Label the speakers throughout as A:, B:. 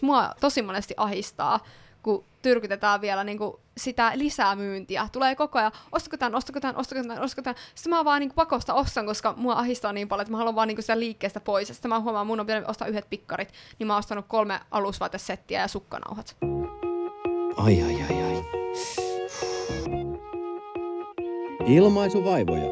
A: Mua tosi monesti ahistaa, kun tyrkytetään vielä niinku sitä lisämyyntiä. Tulee koko ajan, ostako tämän. Sitten mä vaan niinku pakosta ostan, koska mua ahistaa niin paljon, että mä haluan vaan niinku sitä liikkeestä pois. Ja sitten mä huomaan, mun on pitänyt ostaa 1 pikkarit, niin mä oon ostanut 3 alusvaatesettiä ja sukkanauhat.
B: Ai. Ilmaisuvaivoja.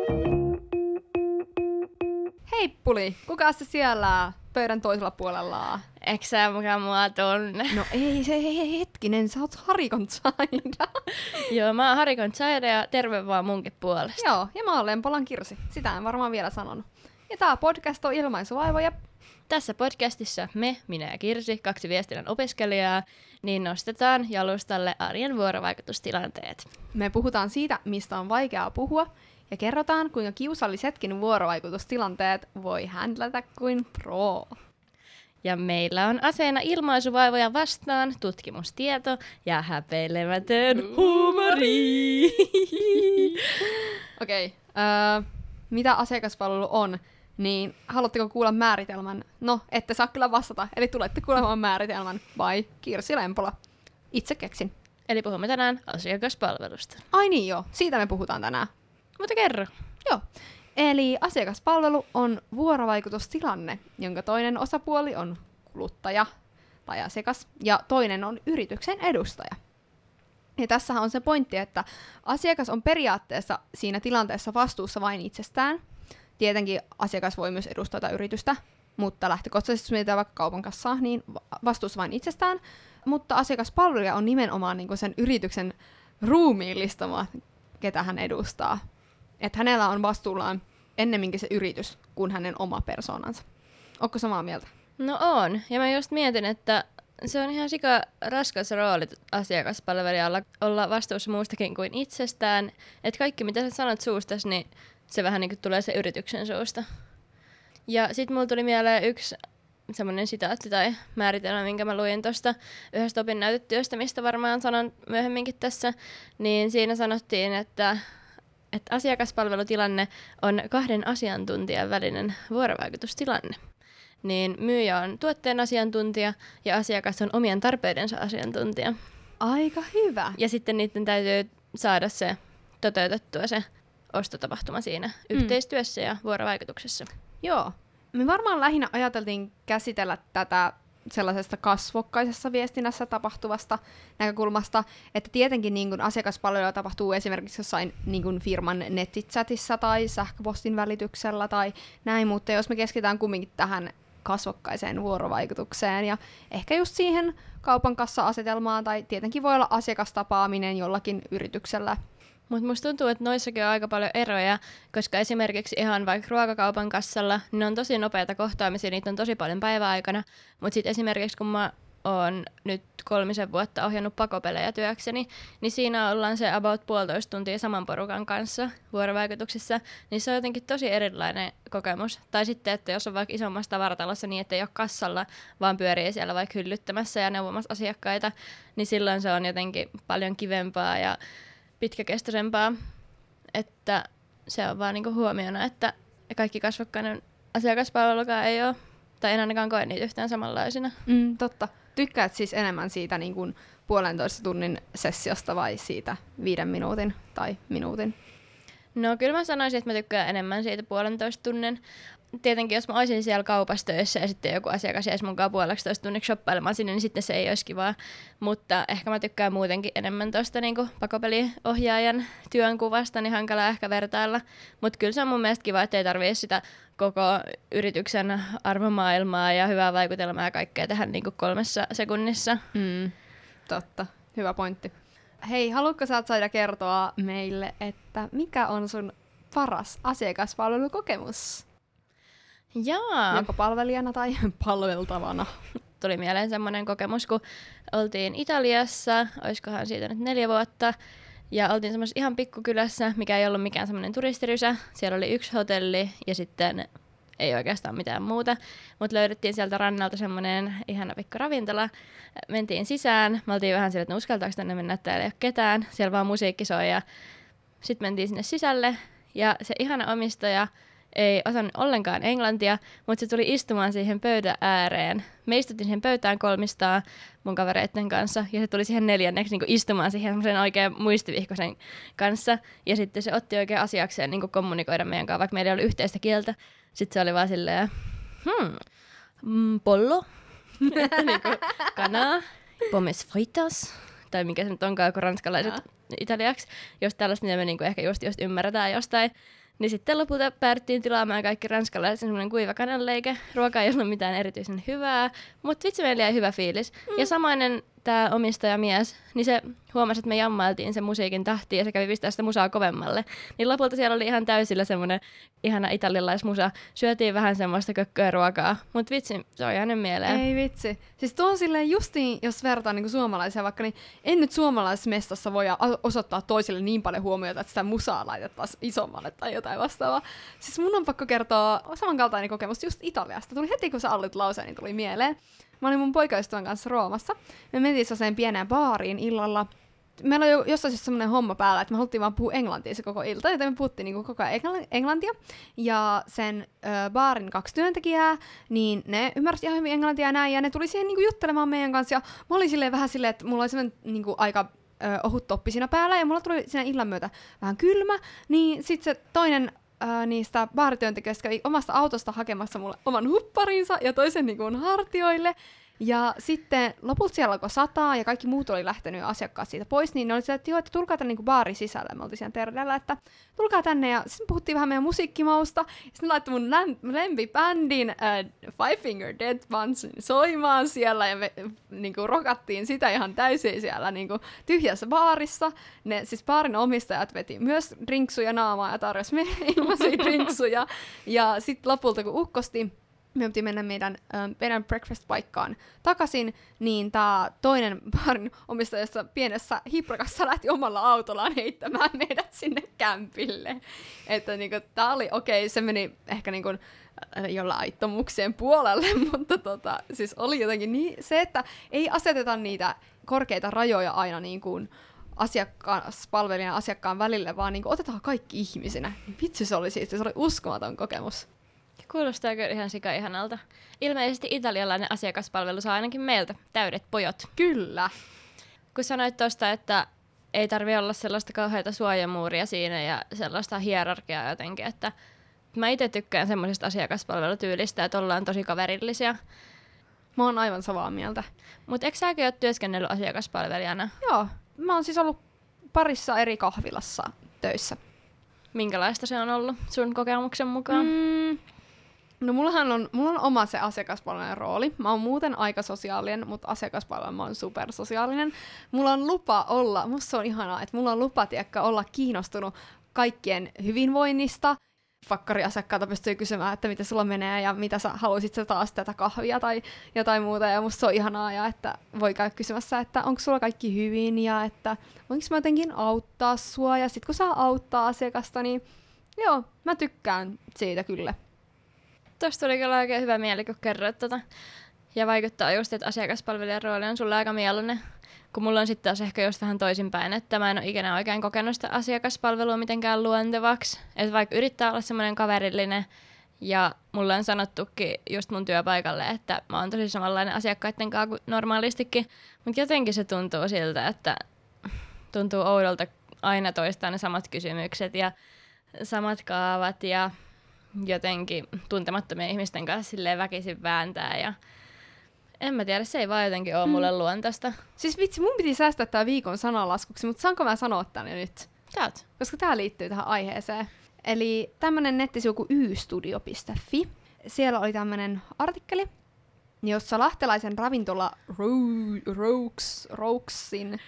A: Heippuli, kuka se siellä pöydän toisella puolella?
C: Eikö sä mukaan mua tunne?
A: No ei se hetkinen, sä oot Harikon Zaida.
C: Joo, mä oon Harikon Zaida ja terve vaan munkin puolesta.
A: Joo, ja mä oon Lempolan Kirsi. Sitä en varmaan vielä sanonut. Ja tää podcast on Ilmaisuvaivoja.
C: Tässä podcastissa minä ja Kirsi, 2 viestinnän opiskelijaa, niin nostetaan jalustalle arjen vuorovaikutustilanteet.
A: Me puhutaan siitä, mistä on vaikeaa puhua, ja kerrotaan, kuinka kiusallisetkin vuorovaikutustilanteet voi händlätä kuin pro.
C: Ja meillä on aseena ilmaisuvaivoja vastaan tutkimustieto ja häpeilemätön huumori.
A: Okei, mitä asiakaspalvelu on? Niin haluatteko kuulla määritelmän? No, ette saa kyllä vastata, eli tulette kuulemaan määritelmän by Kirsi Lempola. Itse keksin.
C: Eli puhumme tänään asiakaspalvelusta.
A: Ai niin joo, siitä me puhutaan tänään.
C: Mutta kerro.
A: Joo. Eli asiakaspalvelu on vuorovaikutustilanne, jonka toinen osapuoli on kuluttaja tai asiakas, ja toinen on yrityksen edustaja. Ja tässähän on se pointti, että asiakas on periaatteessa siinä tilanteessa vastuussa vain itsestään. Tietenkin asiakas voi myös edustaa tätä yritystä, mutta lähtökohtaisesti, jos mietitään vaikka kaupan kassaa, niin vastuussa vain itsestään. Mutta asiakaspalvelija on nimenomaan niin kuin sen yrityksen ruumiillistama, ketä hän edustaa. Että hänellä on vastuullaan ennemminkin se yritys kuin hänen oma persoonansa. Ootko samaa mieltä?
C: No on. Ja mä just mietin, että se on ihan sika raskas rooli asiakaspalvelijalla olla vastuussa muustakin kuin itsestään. Että kaikki mitä sä sanot suustasi, niin se vähän niin kuin tulee se yrityksen suusta. Ja sit mulla tuli mieleen yksi semmoinen sitaatti tai määritelmä, minkä mä luin tuosta yhdestä opinnäytetyöstä, mistä varmaan sanon myöhemminkin tässä. Niin siinä sanottiin, että asiakaspalvelutilanne on 2 asiantuntijan välinen vuorovaikutustilanne. Niin myyjä on tuotteen asiantuntija ja asiakas on omien tarpeidensa asiantuntija.
A: Aika hyvä.
C: Ja sitten niiden täytyy saada se toteutettua se ostotapahtuma siinä yhteistyössä ja vuorovaikutuksessa.
A: Joo. Me varmaan lähinnä ajateltiin käsitellä tätä sellaisesta kasvokkaisessa viestinnässä tapahtuvasta näkökulmasta, että tietenkin niin kuin asiakaspalvelua tapahtuu esimerkiksi jossain niin kuin firman nettichatissa tai sähköpostin välityksellä tai näin, mutta jos me keskitytään kumminkin tähän kasvokkaiseen vuorovaikutukseen ja ehkä just siihen kaupan kassa-asetelmaan tai tietenkin voi olla asiakastapaaminen jollakin yrityksellä.
C: Mutta musta tuntuu, että noissakin on aika paljon eroja, koska esimerkiksi ihan vaikka ruokakaupan kassalla, niin on tosi nopeita kohtaamisia, niitä on tosi paljon päiväaikana. Mutta sitten esimerkiksi kun mä oon nyt 3 vuotta ohjannut pakopelejä työkseni, niin siinä ollaan se about 1,5 tuntia saman porukan kanssa vuorovaikutuksessa, niin se on jotenkin tosi erilainen kokemus. Tai sitten, että jos on vaikka isommassa tavaratalossa niin, että ei ole kassalla, vaan pyörii siellä vaikka hyllyttämässä ja neuvomassa asiakkaita, niin silloin se on jotenkin paljon kivempaa ja pitkäkestoisempaa, että se on vaan niinku huomiona, että kaikki kasvokkainen asiakaspalvelukaan ei ole, tai en ainakaan koe niitä yhtään samanlaisina.
A: Totta. Tykkäät siis enemmän siitä niin kuin 1,5 tunnin sessiosta vai siitä 5 minuutin tai minuutin?
C: No kyllä mä sanoisin, että mä tykkään enemmän siitä 1,5 tunnin. Tietenkin jos mä olisin siellä kaupassa töissä ja sitten joku asiakas jäisi mukaan 1,5 tunniksi shoppailemaan sinne, niin sitten se ei olisi kivaa. Mutta ehkä mä tykkään muutenkin enemmän tuosta niin pakopeliohjaajan työnkuvasta, niin hankala ehkä vertailla. Mutta kyllä se on mun mielestä kiva, että ei tarvitse sitä koko yrityksen arvomaailmaa ja hyvää vaikutelmaa ja kaikkea tehdä niin 3 sekunnissa.
A: Totta, hyvä pointti. Hei, haluatko sä Zaida kertoa meille, että mikä on sun paras asiakaspalvelukokemus?
C: Jaa.
A: Joko palvelijana tai palveltavana?
C: Tuli mieleen semmoinen kokemus, kun oltiin Italiassa, olisikohan siitä nyt 4 vuotta, ja oltiin semmoisessa ihan pikkukylässä, mikä ei ollut mikään semmoinen turistirysä. Siellä oli 1 hotelli ja sitten ei oikeastaan mitään muuta, mutta löydettiin sieltä rannalta semmoinen ihana pikku ravintola. Mentiin sisään, me oltiin vähän sillä, että uskaltaako tänne mennä, että täällä ei ole ketään. Siellä vaan musiikki soi ja sitten mentiin sinne sisälle ja se ihana omistaja ei osannut ollenkaan englantia, mutta se tuli istumaan siihen pöydän ääreen. Me istuttiin siihen pöytään kolmistaan mun kavereitten kanssa, ja se tuli siihen neljänneksi niin kuin istumaan siihen semmoisen oikein muistivihkosen kanssa. Ja sitten se otti oikein asiakseen niin kuin kommunikoida meidän kanssa, vaikka meillä ei ollut yhteistä kieltä. Sitten se oli vaan silleen, pollo, niin kuin kanaa, pommes fritas, tai mikä se nyt onkaan, joku ranskalaiset italiaksi, jos tällaista, mitä me niinku ehkä just ymmärretään jostain. Niin sitten lopulta päädyttiin tilaamaan kaikki ranskalaiset semmoinen kuiva kananleike. Ruoka ei ollut mitään erityisen hyvää, mutta vitsi meillä jäi hyvä fiilis. Ja samainen tämä omistajamies, niin se huomasi, että me jammailtiin sen musiikin tahtiin ja se kävi pistää sitä musaa kovemmalle. Niin lopulta siellä oli ihan täysillä semmoinen ihana italialaismusa. Syötiin vähän semmoista kökköä ruokaa, mutta vitsi, se on jäänyt mieleen.
A: Ei vitsi. Siis tuo on silleen justiin, jos vertaa niinku suomalaisia vaikka, niin en nyt suomalaisessa mestassa voi osoittaa toisille niin paljon huomiota, että sitä musaa laitettaisiin isommalle tai jotain vastaavaa. Siis mun on pakko kertoa samankaltainen kokemus just Italiasta. Tuli heti, kun sä aloitit lauseen, niin tuli mieleen. Mä olin mun poikaystävän kanssa Roomassa. Me mentiin sellaiseen pieneen baariin illalla. Meillä oli jossain siis semmoinen homma päällä, että me haluttiin vaan puhua englantia se koko ilta, joten me puhuttiin niinku koko ajan englantia. Ja sen baarin 2 työntekijää, niin ne ymmärsivät ihan hyvin englantia ja näin, ja ne tuli siihen niinku juttelemaan meidän kanssa. Ja mä olin silleen vähän silleen, että mulla oli semmoinen niinku aika ohut toppi siinä päällä, ja mulla tuli siinä illan myötä vähän kylmä, niin sit se toinen niistä baarityöntekijöistä kävi omasta autosta hakemassa mulle oman hupparinsa ja toisen niin kuin hartioille. Ja sitten lopulta siellä alkoi sataa ja kaikki muut oli lähtenyt asiakkaat siitä pois, niin ne oli että joo, että tulkaa tänne niin baarin sisälle. Me oltiin siellä Terdellä, että tulkaa tänne ja sitten puhuttiin vähän meidän musiikkimausta. Ja sitten laittoi mun lempibändin Five Finger Death Punch soimaan siellä ja me niin kuin rokattiin sitä ihan täysin siellä niin kuin tyhjässä baarissa. Ne siis baarin omistajat veti myös drinksuja naamaa ja tarjosi meille ilmaisia drinksuja. Ja sitten lopulta kun ukkosti, me piti mennä meidän breakfast-paikkaan takaisin, niin tämä toinen baarin omistajassa pienessä hiprakassa lähti omalla autollaan heittämään meidät sinne kämpille. Että niinku, tämä oli okei, se meni ehkä niinku, jollain aittomuuksien puolelle, mutta siis oli jotenkin niin, se, että ei aseteta niitä korkeita rajoja aina niin kuin palvelijan ja asiakkaan välille, vaan niin kuin otetaan kaikki ihmisinä. Vitsi se oli siitä, se oli uskomaton kokemus.
C: Kuulostaa kyllä ihan sika-ihanalta. Ilmeisesti italialainen asiakaspalvelu saa ainakin meiltä täydet pojot.
A: Kyllä.
C: Kun sanoit tuosta, että ei tarvitse olla sellaista kauheata suojamuuria siinä ja sellaista hierarkiaa jotenkin, että mä itse tykkään semmoisesta asiakaspalvelutyylistä, että ollaan tosi kaverillisia.
A: Mä oon aivan samaa mieltä.
C: Mutta eikö säkin ole työskennellyt asiakaspalvelijana?
A: Joo. Mä oon siis ollut parissa eri kahvilassa töissä.
C: Minkälaista se on ollut sun kokemuksen mukaan?
A: No mulla on oma se asiakaspalvelun rooli. Mä oon muuten aika sosiaalinen, mutta asiakaspalvelu mä oon supersosiaalinen. Mulla on lupa olla, musta on ihanaa, että mulla on lupa olla kiinnostunut kaikkien hyvinvoinnista. Fakkariasiakkaalta pystyy kysymään, että miten sulla menee ja mitä sä haluaisit sä taas tätä kahvia tai jotain muuta. Ja musta se on ihanaa, ja että voi käydä kysymässä, että onko sulla kaikki hyvin ja että voinko mä jotenkin auttaa sua. Ja sit kun saa auttaa asiakasta, niin joo, mä tykkään siitä kyllä.
C: Tuosta tuli kyllä oikein hyvä mieli, kun kerroit tota. Ja vaikuttaa just, että asiakaspalvelijan rooli on sulle aika mieluinen. Kun mulla on sitten taas ehkä just vähän toisinpäin, että mä en ole ikinä oikein kokenut sitä asiakaspalvelua mitenkään luontevaksi. Että vaikka yrittää olla semmoinen kaverillinen, ja mulle on sanottukin just mun työpaikalle, että mä oon tosi samanlainen asiakkaiden kanssa kuin normaalistikin. Mutta jotenkin se tuntuu siltä, että tuntuu oudolta aina toistaa ne samat kysymykset ja samat kaavat ja jotenkin tuntemattomien ihmisten kanssa silleen väkisin vääntää ja en mä tiedä, se ei vaan jotenkin ole mulle luontaista.
A: Siis vitsi, mun piti säästää tää viikon sananlaskuksi, mutta saanko mä sanoa tänne nyt?
C: Saat.
A: Koska tää liittyy tähän aiheeseen. Eli tämmönen nettisivu ystudio.fi. Siellä oli tämmönen artikkeli, jossa lahtelaisen ravintola Rouksin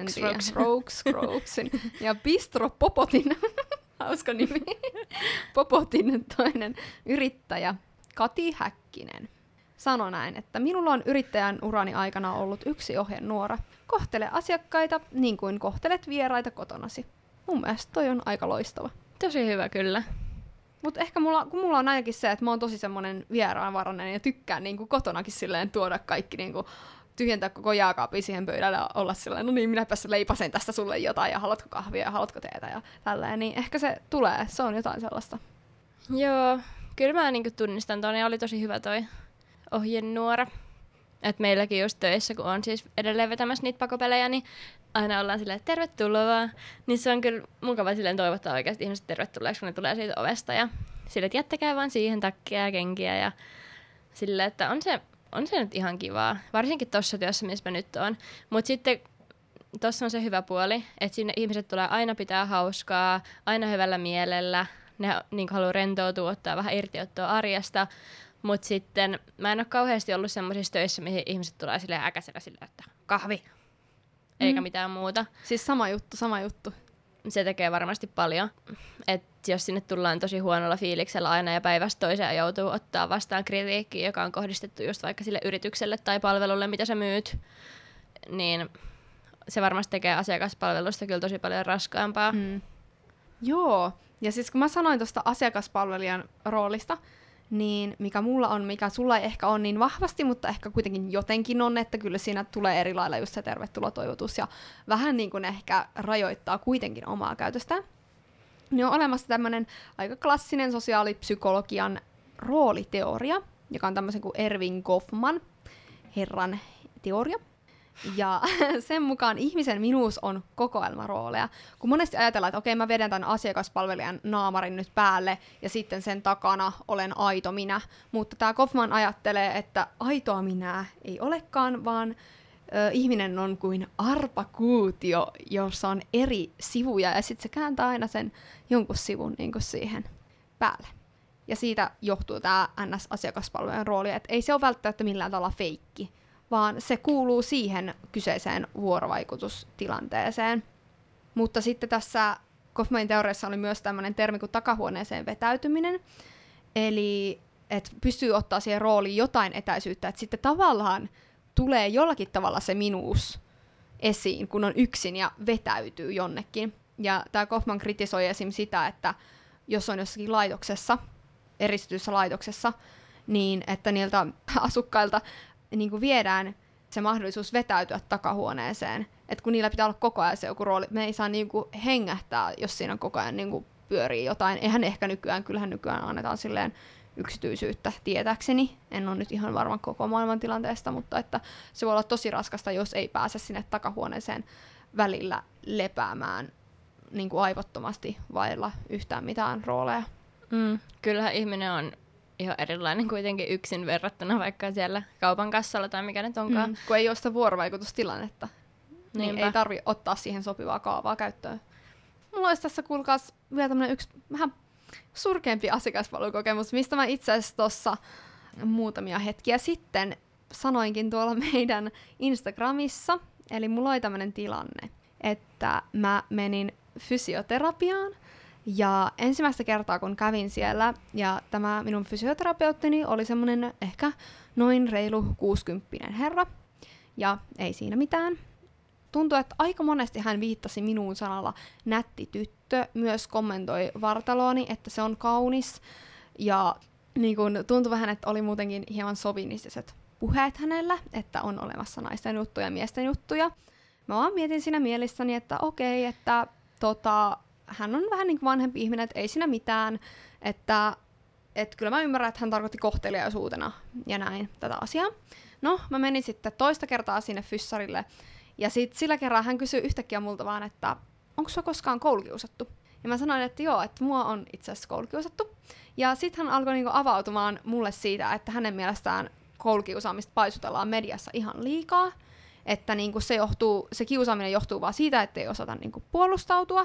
A: ja Bistro Popotin hauska nimi. Popotin toinen yrittäjä Kati Häkkinen sanoi näin, että minulla on yrittäjän urani aikana ollut yksi ohjenuora. Kohtele asiakkaita niin kuin kohtelet vieraita kotonasi. Mun mielestä toi on aika loistava.
C: Tosi hyvä kyllä.
A: Mutta ehkä mulla on ainakin se, että mä oon tosi semmonen vieraanvarainen ja tykkään niinku kotonakin silleen tuoda kaikki niinku tyhjentää koko jääkaapin siihen pöydälle ja olla silleen, no niin, minäpäs leipasen tästä sulle jotain ja haluatko kahvia ja haluatko teetä ja tälleen, niin ehkä se tulee, se on jotain sellaista.
C: Joo, kyllä mä niinku tunnistan ton ja oli tosi hyvä toi ohjenuora. Et meilläkin just töissä, kun on siis edelleen vetämässä niitä pakopelejä, niin aina ollaan silleen, että tervetuloa vaan. Niin se on kyllä mukava silleen toivottaa oikeasti ihmiset tervetulleeksi, kun ne tulee siitä ovesta. Ja silleen, että jättäkää vaan siihen takkia ja kenkiä. Ja silleen, että on se nyt ihan kivaa. Varsinkin tuossa työssä, missä mä nyt oon. Mutta sitten tuossa on se hyvä puoli, että sinne ihmiset tulee aina pitää hauskaa, aina hyvällä mielellä. Ne niin haluaa rentoutua, ottaa vähän irtiottoa arjesta. Mutta sitten mä en ole kauheasti ollut semmoisissa töissä, mihin ihmiset tulee silleen äkäisenä silleen, että kahvi, eikä mitään muuta.
A: Siis sama juttu.
C: Se tekee varmasti paljon. Että jos sinne tullaan tosi huonolla fiiliksellä aina ja päivästä toiseen joutuu ottaa vastaan kritiikkiä, joka on kohdistettu just vaikka sille yritykselle tai palvelulle, mitä sä myyt, niin se varmasti tekee asiakaspalvelusta kyllä tosi paljon raskaampaa.
A: Joo, ja siis kun mä sanoin tuosta asiakaspalvelijan roolista, niin mikä mulla on, mikä sulla ei ehkä on niin vahvasti, mutta ehkä kuitenkin jotenkin on, että kyllä siinä tulee eri lailla just se tervetulotoivotus ja vähän niin kuin ehkä rajoittaa kuitenkin omaa käytöstä. Niin on olemassa tämmöinen aika klassinen sosiaalipsykologian rooliteoria, joka on tämmöisen kuin Erving Goffman herran teoria. Ja sen mukaan ihmisen minuus on kokoelmarooleja. Kun monesti ajatellaan, että okei, mä vedän tämän asiakaspalvelijan naamarin nyt päälle ja sitten sen takana olen aito minä. Mutta tämä Goffman ajattelee, että aitoa minä ei olekaan, vaan ihminen on kuin arpakuutio, jossa on eri sivuja ja sitten se kääntää aina sen jonkun sivun niin kuin siihen päälle. Ja siitä johtuu tämä NS-asiakaspalvelijan rooli, että ei se ole välttämättä millään tavalla feikki, vaan se kuuluu siihen kyseiseen vuorovaikutustilanteeseen. Mutta sitten tässä Goffmanin teoriassa oli myös tämmöinen termi kuin takahuoneeseen vetäytyminen, eli että pystyy ottaa siihen rooliin jotain etäisyyttä, että sitten tavallaan tulee jollakin tavalla se minuus esiin, kun on yksin ja vetäytyy jonnekin. Ja tämä Goffman kritisoi esim. Sitä, että jos on jossakin laitoksessa, eristetyssä laitoksessa, niin että niiltä asukkailta niin kuin viedään se mahdollisuus vetäytyä takahuoneeseen. Että kun niillä pitää olla koko ajan se joku rooli, me ei saa niin kuin hengähtää, jos siinä koko ajan niin kuin pyörii jotain. Eihän ehkä kyllähän nykyään annetaan silleen yksityisyyttä tietääkseni. En ole nyt ihan varma koko maailman tilanteesta, mutta että se voi olla tosi raskasta, jos ei pääse sinne takahuoneeseen välillä lepäämään niin kuin aivottomasti vailla yhtään mitään rooleja.
C: Kyllähän ihminen on ihan erilainen kuitenkin yksin verrattuna vaikka siellä kaupan kassalla tai mikä nyt onkaan.
A: Kun ei ole sitä vuorovaikutustilannetta, niin
C: Niinpä.
A: ei tarvitse ottaa siihen sopivaa kaavaa käyttöön. Mulla olisi tässä kuulkaas vielä tämmönen yksi vähän surkeampi asiakaspalvelukokemus, mistä mä itse asiassa tuossa muutamia hetkiä sitten sanoinkin tuolla meidän Instagramissa. Eli mulla oli tämmönen tilanne, että mä menin fysioterapiaan. Ja ensimmäistä kertaa, kun kävin siellä, ja tämä minun fysioterapeuttini oli semmoinen ehkä noin reilu 60-vuotias herra, ja ei siinä mitään. Tuntui, että aika monesti hän viittasi minuun sanalla nätti tyttö, myös kommentoi vartalooni, että se on kaunis, ja niin kun, tuntui vähän, että oli muutenkin hieman sovinistiset puheet hänellä, että on olemassa naisten juttuja ja miesten juttuja. Mä vaan mietin siinä mielessäni, että okei, että hän on vähän niin kuin vanhempi ihminen, että ei siinä mitään, että kyllä mä ymmärrän, että hän tarkoitti kohteliaisuutena ja näin tätä asiaa. No, mä menin sitten toista kertaa sinne fyssarille, ja sitten sillä kerran hän kysyi yhtäkkiä multa vaan, että onko sua koskaan koulukiusattu? Ja mä sanoin, että joo, että mua on itse asiassa koulukiusattu. Ja sitten hän alkoi niinku avautumaan mulle siitä, että hänen mielestään koulukiusaamista paisutellaan mediassa ihan liikaa, että niinku se kiusaaminen johtuu vaan siitä, että ei osata niinku puolustautua,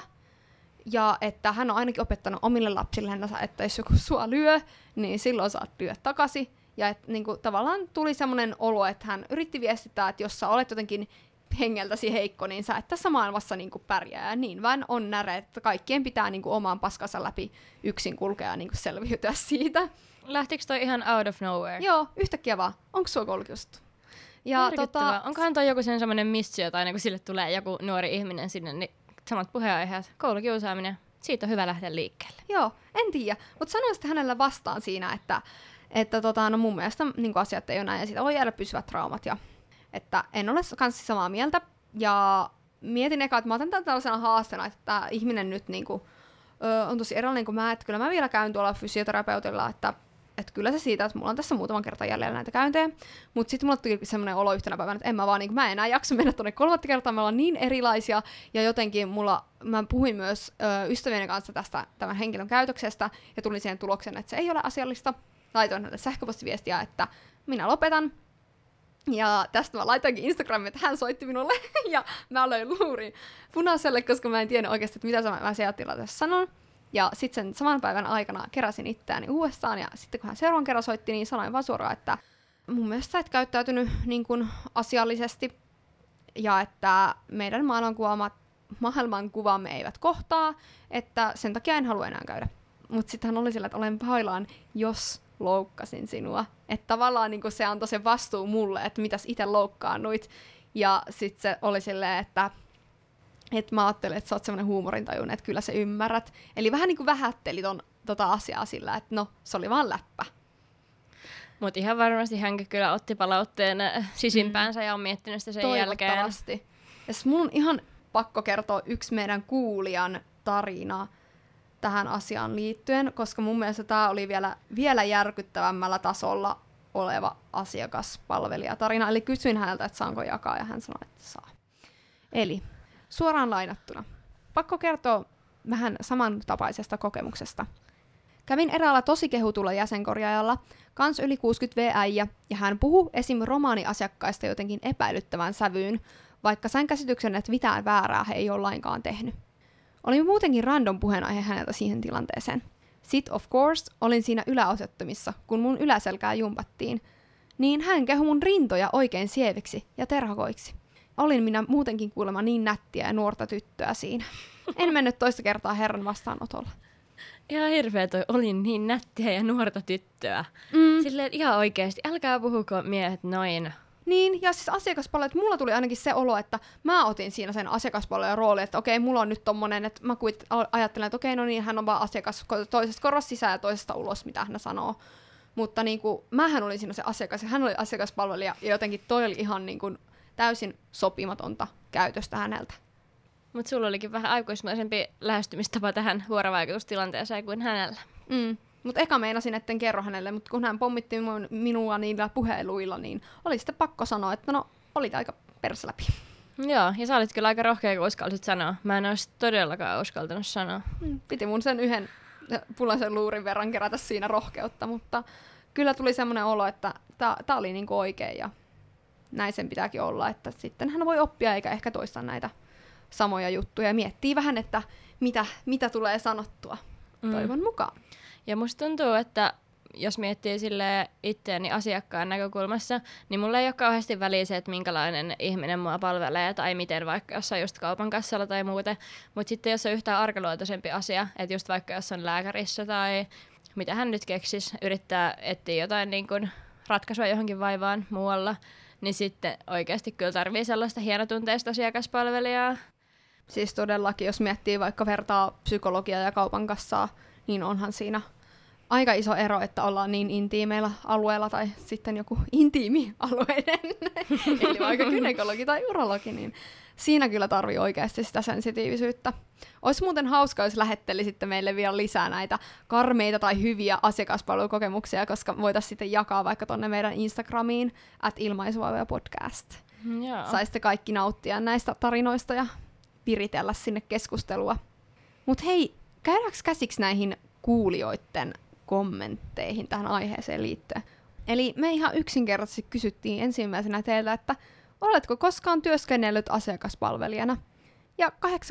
A: ja että hän on ainakin opettanut omille lapsilleen, että jos joku sua lyö, niin silloin saat lyö takaisin. Ja että niinku, tavallaan tuli semmoinen olo, että hän yritti viestittää, että jos sä olet jotenkin hengeltäsi heikko, niin sä et tässä maailmassa niinku pärjää. Ja niin vain on näre, että kaikkien pitää niinku oman paskansa läpi yksin kulkea ja niinku selviytyä siitä.
C: Lähtikö toi ihan out of nowhere?
A: Joo, yhtäkkiä vaan. Onko sua koulukiusattu? Ja
C: onkohan toi joku sen semmoinen missio, tai kun sille tulee joku nuori ihminen sinne, niin samat puheenaiheet, koulukiusaaminen, siitä on hyvä lähteä liikkeelle.
A: Joo, en tiedä, mutta sanoin sitten hänelle vastaan siinä, että no mun mielestä niin asiat ei ole näin, ja siitä voi jäädä pysyvät traumat, ja että en ole kanssa samaa mieltä, ja mietin eka, että mä otan tämän tällaisena haasteena, että tämä ihminen nyt niin kuin on tosi erilainen kuin mä, että kyllä mä vielä käyn tuolla fysioterapeutilla, että kyllä se siitä, että mulla on tässä muutaman kerran jäljellä näitä käyntejä, mutta sitten mulla tuli semmoinen olo yhtenä päivänä, että en mä vaan, niin mä en enää jaksa mennä tuonne 3. kertaa, me ollaan niin erilaisia, ja jotenkin mä puhuin myös ystävieni kanssa tästä tämän henkilön käytöksestä, ja tulin siihen tulokseen, että se ei ole asiallista. Laitoin hänelle sähköpostiviestiä, että minä lopetan, ja tästä mä laitoinkin Instagramiin, että hän soitti minulle, ja mä löin luurin punaiselle, koska mä en tiennyt oikeasti, että mitä mä siellä tilanteessa sanon. Ja sitten sen saman päivän aikana keräsin itseäni uudestaan, ja sitten kun hän seuraavan kerran soitti, niin sanoin vaan suoraan, että mun mielestä sä et käyttäytynyt niin kuin asiallisesti, ja että meidän maailmankuvamme eivät kohtaa, että sen takia en halua enää käydä. Mutta sitten hän oli sillä, että olen pahoillaan, jos loukkasin sinua. Että tavallaan niin kuin se antoi sen vastuu mulle, että mitäs itse loukkaannuit. Ja sitten se oli silleen, että mä ajattelin, että sä oot semmoinen huumorintajuinen, että kyllä sä ymmärrät. Eli vähän niin kuin vähätteli tota asiaa sillä, että no, se oli vaan läppä.
C: Mutta ihan varmasti hänkin kyllä otti palautteen sisimpäänsä ja on miettinyt sitä sen jälkeen.
A: Toivottavasti. Ja mun on ihan pakko kertoa yksi meidän kuulijan tarina tähän asiaan liittyen, koska mun mielestä tämä oli vielä järkyttävämmällä tasolla oleva asiakaspalvelijatarina. Eli kysyin häneltä, että saanko jakaa, ja hän sanoi, että saa. Eli suoraan lainattuna. Pakko kertoa vähän samantapaisesta kokemuksesta. Kävin eräällä tosi kehutulla jäsenkorjaajalla, kans yli 60V-äijä, ja hän puhui esim. Romaaniasiakkaista jotenkin epäilyttävän sävyyn, vaikka sain käsityksen, että mitään väärää he ei ole lainkaan tehnyt. Oli muutenkin random puheenaihe häneltä siihen tilanteeseen. Sit of course olin siinä yläosettomissa, kun mun yläselkää jumpattiin, niin hän kehui mun rintoja oikein sieviksi ja terhakoiksi. Olin minä muutenkin kuulemma niin nättiä ja nuorta tyttöä siinä. En mennyt toista kertaa herran vastaanotolla.
C: Ihan hirveä toi, olin niin nättiä ja nuorta tyttöä. Silleen ihan oikeesti, älkää puhuko miehet noin.
A: Niin, ja siis asiakaspalvelu, että mulla tuli ainakin se olo, että mä otin siinä sen asiakaspalvelun rooli, että okei, mulla on nyt tommonen, että mä ajattelen, että okei, no niin, hän on vaan asiakas toisesta korvasta sisään ja toisesta ulos, mitä hän sanoo. Mutta niin kuin, mähän olin siinä se asiakas, ja hän oli asiakaspalvelija, ja jotenkin toi oli ihan niin kuin täysin sopimatonta käytöstä häneltä.
C: Mutta sulla olikin vähän aikuismaisempi lähestymistapa tähän vuorovaikutustilanteeseen kuin hänellä.
A: Mutta eka meinasin, etten kerro hänelle, mutta kun hän pommitti minua niillä puheluilla, niin oli sitten pakko sanoa, että no, olit aika persä läpi.
C: Joo, ja sä olit kyllä aika rohkea, kun uskalsit sanoa. Mä en olisi todellakaan uskaltanut sanoa.
A: Piti mun sen yhden punaisen luurin verran kerätä siinä rohkeutta, mutta kyllä tuli semmoinen olo, että tää oli niinku oikein ja näin sen pitääkin olla, että sitten hän voi oppia eikä ehkä toista näitä samoja juttuja ja miettii vähän, että mitä tulee sanottua toivon mukaan.
C: Ja musta tuntuu, että jos miettii silleen itseäni asiakkaan näkökulmassa, niin mulla ei ole kauheasti väliä se, että minkälainen ihminen mua palvelee tai miten, vaikka jos on just kaupan kassalla tai muuten. Mutta sitten jos on yhtään arkaluontoisempi asia, että just vaikka jos on lääkärissä tai mitä hän nyt keksisi, yrittää etsiä jotain niin kun ratkaisua johonkin vaivaan muualla, niin sitten oikeasti kyllä tarvii sellaista hienotunteista asiakaspalvelijaa.
A: Siis todellakin, jos miettii vaikka vertaa psykologiaa ja kaupan kassaa, niin onhan siinä aika iso ero, että ollaan niin intiimeillä alueella tai sitten joku intiimi-alueiden, eli vaikka gynekologi tai urologi, niin siinä kyllä tarvii oikeasti sitä sensitiivisyyttä. Olisi muuten hauska, jos lähettelisitte meille vielä lisää näitä karmeita tai hyviä asiakaspalvelukokemuksia, koska voitaisiin sitten jakaa vaikka tonne meidän Instagramiin @ilmaisuvauvoja-podcast. Saisitte kaikki nauttia näistä tarinoista ja viritellä sinne keskustelua. Mutta hei, käydäänkö käsiksi näihin kuulijoiden kommentteihin tähän aiheeseen liittyen? Eli me ihan yksinkertaisesti kysyttiin ensimmäisenä teiltä, että oletko koskaan työskennellyt asiakaspalvelijana? Ja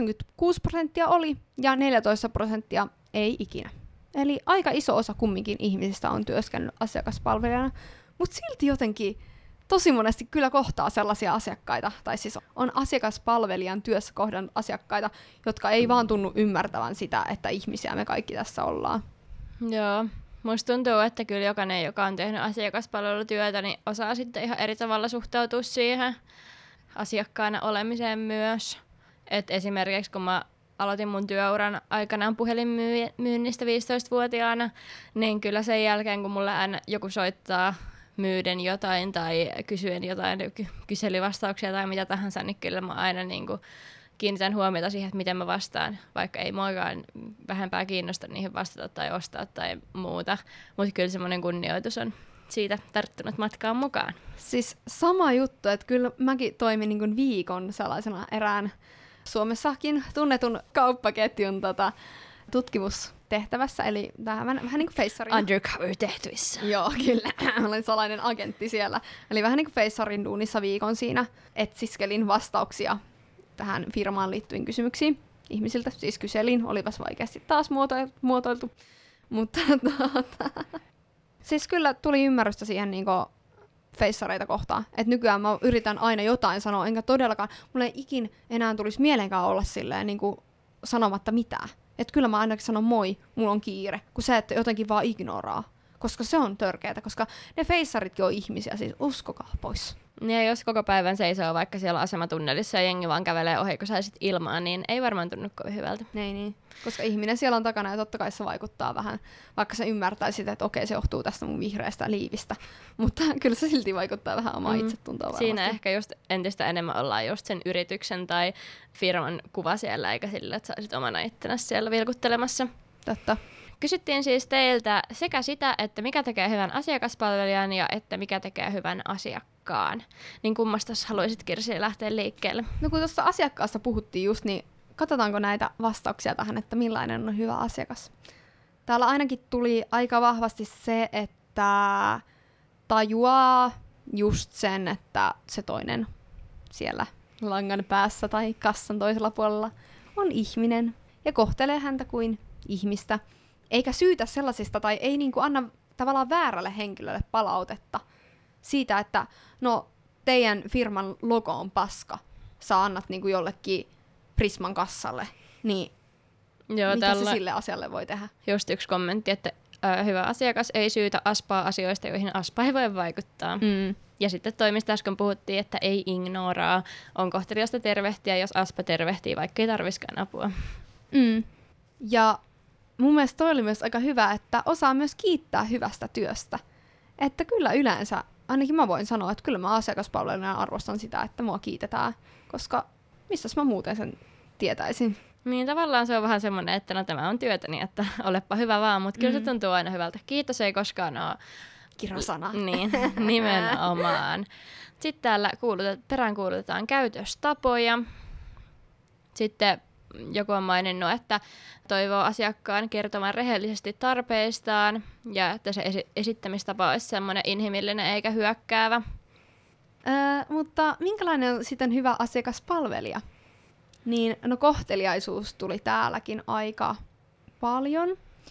A: 86% oli ja 14% ei ikinä. Eli aika iso osa kumminkin ihmisistä on työskennellyt asiakaspalvelijana, mutta silti jotenkin tosi monesti kyllä kohtaa sellaisia asiakkaita, tai siis on asiakaspalvelijan työssä kohdannut asiakkaita, jotka ei vaan tunnu ymmärtävän sitä, että ihmisiä me kaikki tässä ollaan.
C: Joo, musta tuntuu, että kyllä jokainen, joka on tehnyt asiakaspalvelutyötä, niin osaa sitten ihan eri tavalla suhtautua siihen asiakkaana olemiseen myös. Et esimerkiksi kun mä aloitin mun työuran aikanaan puhelinmyynnistä 15-vuotiaana, niin kyllä sen jälkeen, kun mulle aina joku soittaa myyden jotain tai kysyen jotain kyselyvastauksia tai mitä tahansa, niin kyllä mä aina niin kuin kiinnitän huomiota siihen, että miten mä vastaan, vaikka ei muakaan vähempää kiinnosta niihin vastata tai ostaa tai muuta. Mutta kyllä semmoinen kunnioitus on siitä tarttunut matkaan mukaan.
A: Siis sama juttu, että kyllä mäkin toimin niin kuin viikon sellaisena erään Suomessakin tunnetun kauppaketjun tutkimustehtävässä, eli vähän niin kuin feissarin.
C: Undercover-tehtävissä.
A: Joo, kyllä. Olen salainen agentti siellä. Eli vähän niin kuin feissarin duunissa viikon siinä etsiskelin vastauksia tähän firmaan liittyen kysymyksiin ihmisiltä. Siis kyselin, olipas vaikeasti taas muotoiltu. Mutta siis kyllä tuli ymmärrystä siihen niinku feissareita kohtaan. Että nykyään mä yritän aina jotain sanoa, enkä todellakaan, mulle ei ikin enää tulisi mieleenkään olla silleen niinku sanomatta mitään. Että kyllä mä ainakin sanon moi, mulla on kiire, kun se, että jotenkin vaan ignoraa. Koska se on törkeätä, koska ne feissaritkin on ihmisiä, siis uskokaa pois.
C: Ja jos koko päivän seisoo vaikka siellä asematunnelissa ja jengi vaan kävelee ohi, kun saisit ilmaan, niin ei varmaan tunnu kovin hyvältä.
A: Niin. Koska ihminen siellä on takana ja totta kai se vaikuttaa vähän, vaikka se ymmärtää sitä, että okei, se johtuu tästä mun vihreästä liivistä. Mutta kyllä se silti vaikuttaa vähän omaa itsetuntoa varmasti.
C: Siinä ehkä just entistä enemmän ollaan just sen yrityksen tai firman kuva siellä, eikä sillä, että saisit omana ittenäsi siellä vilkuttelemassa.
A: Totta.
C: Kysyttiin siis teiltä sekä sitä, että mikä tekee hyvän asiakaspalvelijan ja että mikä tekee hyvän asiakkaan. Niin kummasta haluaisit, Kirsi, lähteä liikkeelle?
A: No kun tuossa asiakkaasta puhuttiin just, niin katsotaanko näitä vastauksia tähän, että millainen on hyvä asiakas. Täällä ainakin tuli aika vahvasti se, että tajuaa just sen, että se toinen siellä langan päässä tai kassan toisella puolella on ihminen ja kohtelee häntä kuin ihmistä. Eikä syytä sellaisista tai ei niinku anna tavallaan väärälle henkilölle palautetta siitä, että no teidän firman logo on paska, sä annat niinku jollekin Prisman kassalle, niin
C: Joo,
A: mitä se sille asialle voi tehdä?
C: Just yksi kommentti, että hyvä asiakas ei syytä aspaa asioista, joihin aspa ei voi vaikuttaa. Ja sitten toimista äsken puhuttiin, että ei ignoraa, on kohteliasta tervehtiä, jos aspa tervehtii, vaikka ei tarviskaan apua.
A: Ja mun mielestä toi oli myös aika hyvä, että osaa myös kiittää hyvästä työstä. Että kyllä yleensä, ainakin mä voin sanoa, että kyllä mä asiakaspalveluna arvostan sitä, että mua kiitetään, koska mistäs mä muuten sen tietäisin.
C: Niin tavallaan se on vähän semmoinen, että no tämä on työtäni, että olepa hyvä vaan, mutta kyllä se tuntuu aina hyvältä. Kiitos ei koskaan ole
A: Kirosana.
C: Niin, nimenomaan. Sitten täällä peräänkuulutetaan käytöstapoja. Sitten joku on maininnut, että toivoo asiakkaan kertomaan rehellisesti tarpeistaan ja että se esittämistapa olisi semmoinen inhimillinen eikä hyökkäävä.
A: Mutta minkälainen on sitten hyvä asiakaspalvelija? Niin, no kohteliaisuus tuli täälläkin aika paljon.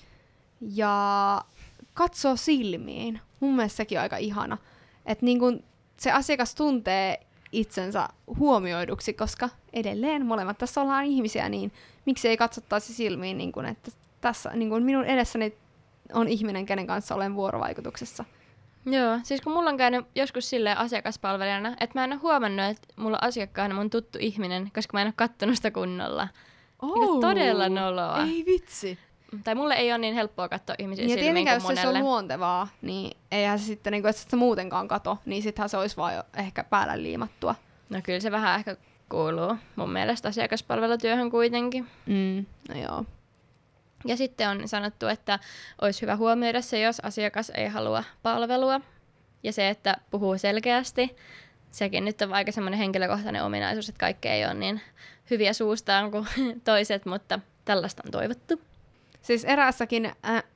A: Ja katsoo silmiin. Mun mielestä sekin on aika ihana. Että niin kun se asiakas tuntee itsensä huomioiduksi, koska edelleen molemmat tässä ollaan ihmisiä, niin miksi ei katsottaisi silmiin, niin kun, että tässä niin kun minun edessäni on ihminen, kenen kanssa olen vuorovaikutuksessa.
C: Joo, siis kun mulla on käynyt joskus silleen asiakaspalvelijana, että mä en ole huomannut, että mulla on asiakkaana mun tuttu ihminen, koska mä en ole kattonut sitä kunnolla. Niin todella noloa.
A: Ei vitsi.
C: Tai mulle ei ole niin helppoa katsoa ihmisiä
A: Ja
C: silmiin kuin
A: tietenkään, jos
C: monelle.
A: se on luontevaa, niin eihän se sitten, niin kuin, että se muutenkaan kato, niin sittenhän se olisi vaan jo ehkä päällä liimattua.
C: No kyllä se vähän ehkä kuuluu mun mielestä asiakaspalvelutyöhön kuitenkin.
A: No joo.
C: Ja sitten on sanottu, että olisi hyvä huomioida se, jos asiakas ei halua palvelua. Ja se, että puhuu selkeästi. Sekin nyt on aika semmoinen henkilökohtainen ominaisuus, että kaikki ei ole niin hyviä suustaan kuin toiset, mutta tällaista on toivottu.
A: Siis eräässäkin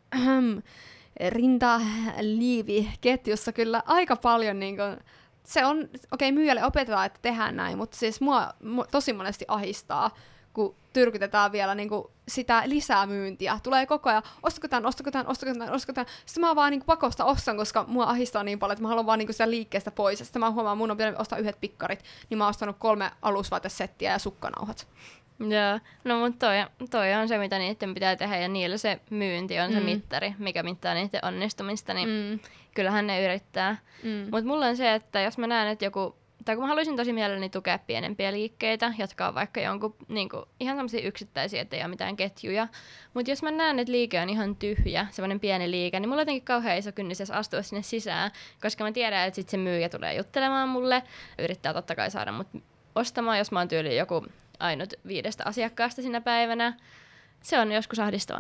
A: rintaliiviketjussa kyllä aika paljon niin kuin, se on, okei, myyjälle opetetaan, että tehdään näin, mutta siis mua tosi monesti ahistaa, kun tyrkytetään vielä niin kuin sitä lisämyyntiä. Tulee koko ajan, ostako tämän. Sitten mä vaan niin kuin pakosta ostan, koska mua ahistaa niin paljon, että mä haluan vaan niin kuin sitä liikkeestä pois. Ja sitten mä huomaan, mun on pitänyt ostaa 1 pikkarit, niin mä oon ostanut 3 alusvaatesettiä ja sukkanauhat.
C: Joo, no mutta toi on se, mitä niiden pitää tehdä, ja niillä se myynti on se mittari, mikä mittaa niiden onnistumista, niin kyllähän ne yrittää. Mutta mulla on se, että jos mä näen, että joku, tai kun mä haluaisin tosi mielelläni tukea pienempiä liikkeitä, jotka on vaikka jonkun niinku, ihan sellaisia yksittäisiä, ettei ole mitään ketjuja, mutta jos mä näen, että liike on ihan tyhjä, semmoinen pieni liike, niin mulla on jotenkin kauhean iso kynnys astua sinne sisään, koska mä tiedän, että sit se myyjä tulee juttelemaan mulle, yrittää totta kai saada mut ostamaan, jos mä oon tyyliin joku ainut 5 asiakkaasta sinä päivänä. Se on joskus ahdistavaa.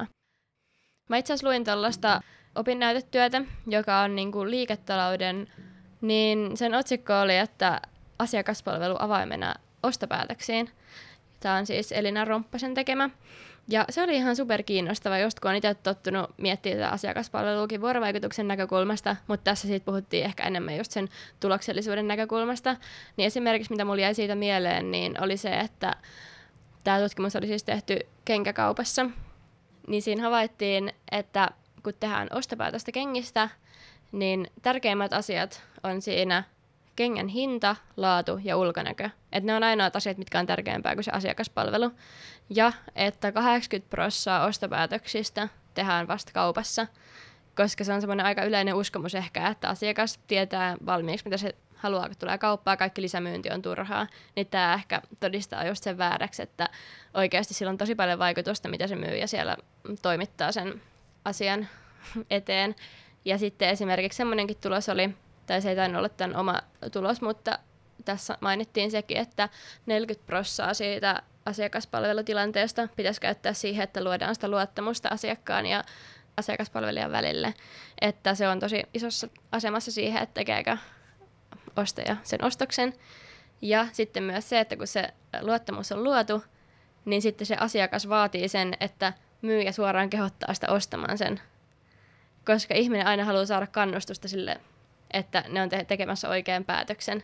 C: Mä itse asiassa luin tällaista opinnäytetyötä, joka on niinku liiketalouden, niin sen otsikko oli, että asiakaspalvelu avaimena ostopäätöksiin. Tämä on siis Elina Romppasen tekemä. Ja se oli ihan super kiinnostava, just kun on itse tottunut miettimään tätä asiakaspalveluukin vuorovaikutuksen näkökulmasta, mutta tässä siitä puhuttiin ehkä enemmän just sen tuloksellisuuden näkökulmasta. Niin esimerkiksi mitä mulla jäi siitä mieleen, niin oli se, että tämä tutkimus oli siis tehty kenkäkaupassa. Niin siinä havaittiin, että kun tehdään ostopäätöstä kengistä, niin tärkeimmät asiat on siinä kengän hinta, laatu ja ulkonäkö. Että ne on ainoat asiat, mitkä on tärkeämpää kuin se asiakaspalvelu. Ja että 80% ostopäätöksistä tehdään vasta kaupassa, koska se on semmoinen aika yleinen uskomus ehkä, että asiakas tietää valmiiksi, mitä se haluaa, kun tulee kauppaa, kaikki lisämyynti on turhaa. Niin tämä ehkä todistaa just sen vääräksi, että oikeasti sillä on tosi paljon vaikutusta, mitä se myyjä siellä toimittaa sen asian eteen. Ja sitten esimerkiksi semmoinenkin tulos oli, tai se ei tainnut olla tämän oma tulos, mutta tässä mainittiin sekin, että 40% siitä asiakaspalvelutilanteesta pitäisi käyttää siihen, että luodaan sitä luottamusta asiakkaan ja asiakaspalvelijan välille. Että se on tosi isossa asemassa siihen, että tekeekö ostaja sen ostoksen. Ja sitten myös se, että kun se luottamus on luotu, niin sitten se asiakas vaatii sen, että myyjä suoraan kehottaa sitä ostamaan sen. Koska ihminen aina haluaa saada kannustusta sille, että ne on tekemässä oikean päätöksen.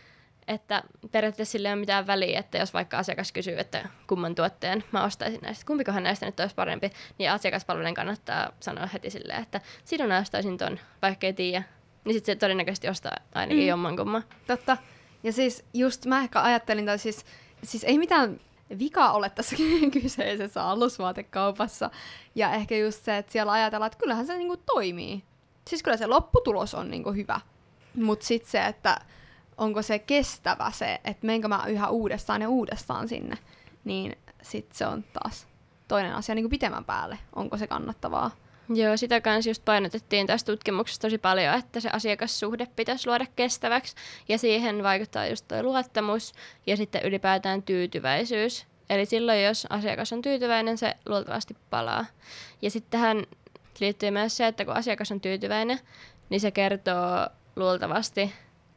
C: Että periaatteessa sillä ei ole mitään väliä, että jos vaikka asiakas kysyy, että kumman tuotteen mä ostaisin näistä, kumpikohan näistä nyt olisi parempi, niin asiakaspalvelun kannattaa sanoa heti silleen, että sinun ostaisin ton, vaikka ei tiedä. Niin sitten se todennäköisesti ostaa ainakin jommankumman.
A: Totta. Ja siis just mä ehkä ajattelin, tai siis ei mitään vikaa ole tässä kyseisessä alusvaatekaupassa. Ja ehkä just se, että siellä ajatellaan, että kyllähän se niinku toimii. Siis kyllä se lopputulos on niinku hyvä. Mutta sitten se, että onko se kestävä se, että menkö mä yhä uudestaan ja uudestaan sinne, niin sitten se on taas toinen asia niin kuin pitemmän päälle. Onko se kannattavaa?
C: Joo, sitä kanssa just painotettiin tässä tutkimuksessa tosi paljon, että se asiakassuhde pitäisi luoda kestäväksi, ja siihen vaikuttaa just tuo luottamus ja sitten ylipäätään tyytyväisyys. Eli silloin, jos asiakas on tyytyväinen, se luultavasti palaa. Ja sitten tähän liittyy myös se, että kun asiakas on tyytyväinen, niin se kertoo luultavasti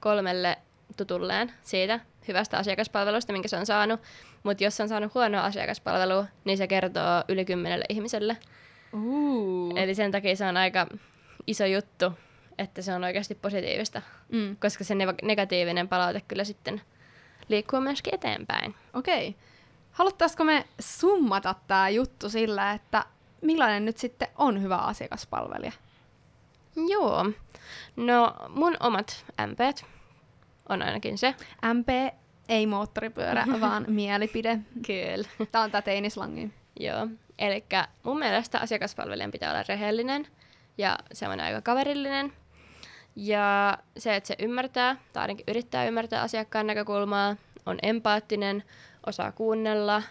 C: 3 tutulleen siitä hyvästä asiakaspalvelusta, minkä se on saanut. Mutta jos se on saanut huonoa asiakaspalvelua, niin se kertoo yli 10 ihmiselle. Eli sen takia se on aika iso juttu, että se on oikeasti positiivista, koska se negatiivinen palaute kyllä sitten liikkuu myöskin eteenpäin.
A: Okei. Haluttaisiko me summata tämä juttu sillä, että millainen nyt sitten on hyvä asiakaspalvelija?
C: Joo. No mun omat MP:t on ainakin se.
A: MP ei moottoripyörä, vaan mielipide.
C: Kyllä.
A: Tämä on tämä teinislangi.
C: Joo. Elikkä mun mielestä asiakaspalvelijan pitää olla rehellinen ja semmoinen aika kaverillinen. Ja se, että se ymmärtää, tai ainakin yrittää ymmärtää asiakkaan näkökulmaa, on empaattinen, osaa kuunnella.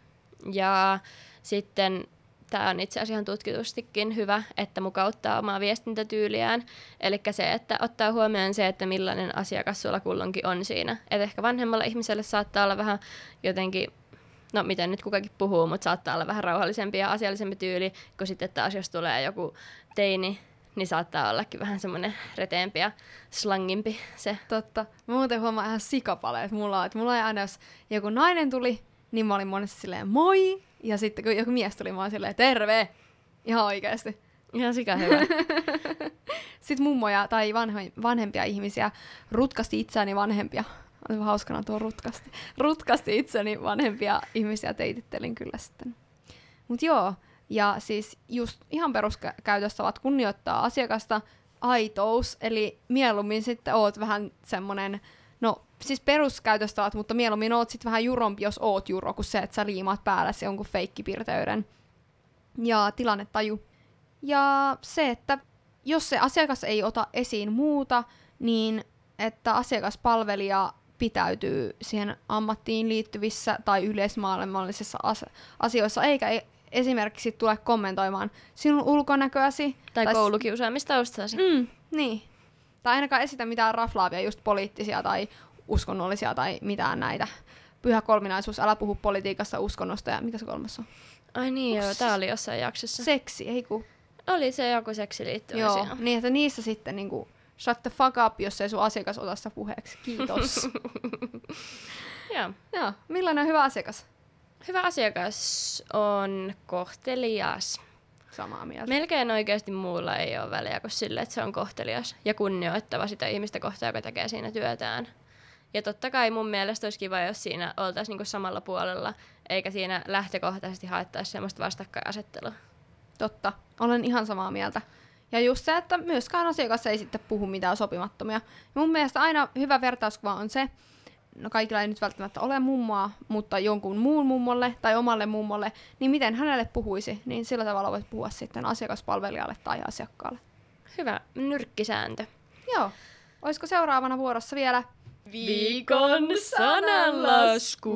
C: Ja sitten tämä on itse asiassa ihan tutkitustikin hyvä, että mukauttaa omaa viestintätyyliään. Eli se, että ottaa huomioon se, että millainen asiakas sulla kulloinkin on siinä. Et ehkä vanhemmalla ihmiselle saattaa olla vähän jotenkin, no miten nyt kukakin puhuu, mutta saattaa olla vähän rauhallisempi ja asiallisempi tyyli, kun sitten taas jos tulee joku teini, niin saattaa ollakin vähän semmoinen reteempi ja slangimpi se.
A: Totta. Mä muuten huomaan ihan sikapale, että mulla ei aina, jos joku nainen tuli, niin mä olin monesti silleen moi, ja sitten kun joku mies tuli, mä olin silleen terve, ihan oikeasti.
C: Ihan sika hyvä.
A: Sitten mummoja tai vanhempia ihmisiä rutkasti itseäni vanhempia. On hauskana tuo rutkasti. Rutkasti itseni vanhempia ihmisiä teitittelin kyllä sitten. Mut joo, ja siis just ihan peruskäytöstavat kunnioittaa asiakasta, aitous, eli mieluummin sitten oot vähän semmonen, no siis peruskäytöstavat, mutta mieluummin oot sitten vähän jurompi, jos oot juro, kuin se, että sä liimaat päällä se jonkun feikkipirteyden. Ja tilannetaju. Ja se, että jos se asiakas ei ota esiin muuta, niin että asiakaspalvelija pitäytyy siihen ammattiin liittyvissä tai yleismaailmallisissa asioissa, eikä esimerkiksi tule kommentoimaan sinun ulkonäköäsi.
C: Tai koulukiusaamistaustasi.
A: Niin. Tai ainakaan esitä mitään raflaavia, just poliittisia tai uskonnollisia tai mitään näitä pyhä kolminaisuus, älä puhu politiikasta, uskonnosta ja mikä se kolmas on?
C: Ai niin joo, tää oli jossain jaksossa.
A: Seksi, ei kun.
C: Oli se joku seksi liittyvä
A: Joo,
C: asia.
A: niin että niissä sitten niinku shut the fuck up, jos ei sun asiakas ota sitä puheeksi. Kiitos.
C: Joo.
A: Joo, millainen on hyvä asiakas?
C: Hyvä asiakas on kohtelias.
A: Samaa mieltä.
C: Melkein oikeasti muulla ei ole väliä kuin sille, että se on kohtelias ja kunnioittava sitä ihmistä kohtaan, joka tekee siinä työtään. Ja totta kai mun mielestä olisi kiva, jos siinä oltaisiin niinku samalla puolella, eikä siinä lähtökohtaisesti haettaisi semmoista vastakkainasettelua.
A: Totta, olen ihan samaa mieltä. Ja just se, että myöskään asiakas ei sitten puhu mitään sopimattomia. Ja mun mielestä aina hyvä vertauskuva on se, no kaikilla ei nyt välttämättä ole mummoa, mutta jonkun muun mummolle tai omalle mummolle, niin miten hänelle puhuisi, niin sillä tavalla voit puhua sitten asiakaspalvelijalle tai asiakkaalle.
C: Hyvä nyrkkisääntö.
A: Joo. Olisiko seuraavana vuorossa vielä?
C: Viikon sananlasku.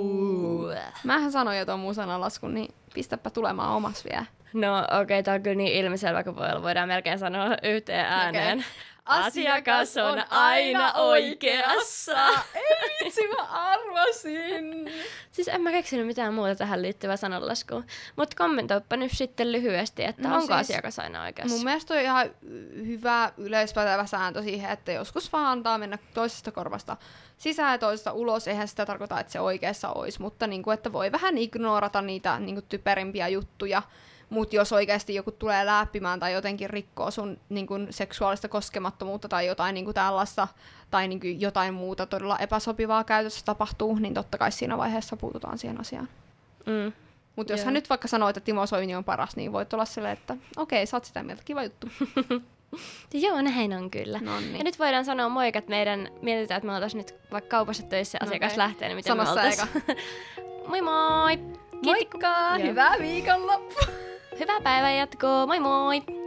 A: Mähän sanoin jo tuon mun sananlaskun, niin pistäpä tulemaan omas vielä.
C: No okei, tää on kyllä niin ilmiselvä kuin voidaan melkein sanoa yhteen ääneen.
A: Okay.
C: Asiakas on aina oikeassa.
A: Ei vitsi, mä arvasin.
C: Siis en mä keksinyt mitään muuta tähän liittyvää sananlaskuun. Mutta kommentoipa nyt sitten lyhyesti, että
A: No
C: onko
A: siis,
C: asiakas aina oikeassa?
A: Mun mielestä on ihan hyvä yleispätevä sääntö siihen, että joskus vaan antaa mennä toisesta korvasta sisään ja toisesta ulos. Eihän sitä tarkoita, että se oikeassa olisi, mutta niinku, että voi vähän ignorata niitä niinku, typerimpiä juttuja. Mutta jos oikeasti joku tulee läppimään tai jotenkin rikkoo sun niinku, seksuaalista koskemattomuutta tai jotain niinku, tällaista, tai niinku, jotain muuta todella epäsopivaa käytössä tapahtuu, niin totta kai siinä vaiheessa puututaan siihen asiaan. Mutta jos hän nyt vaikka sanoo, että Timo Soini on paras, niin voit olla silleen, että okei, sä oot sitä mieltä, kiva juttu.
C: Joo, näin on kyllä.
A: Noniin.
C: Ja nyt voidaan sanoa moikat meidän, mietitään, että me oltaisiin nyt vaikka kaupassa töissä ja asiakas lähtee, niin miten
A: Sano
C: me
A: sä
C: oltaisiin. Moi moi!
A: Moikka!
C: Joo.
A: Hyvää viikonloppua!
C: Hyvää päivänjatkoa, moi moi!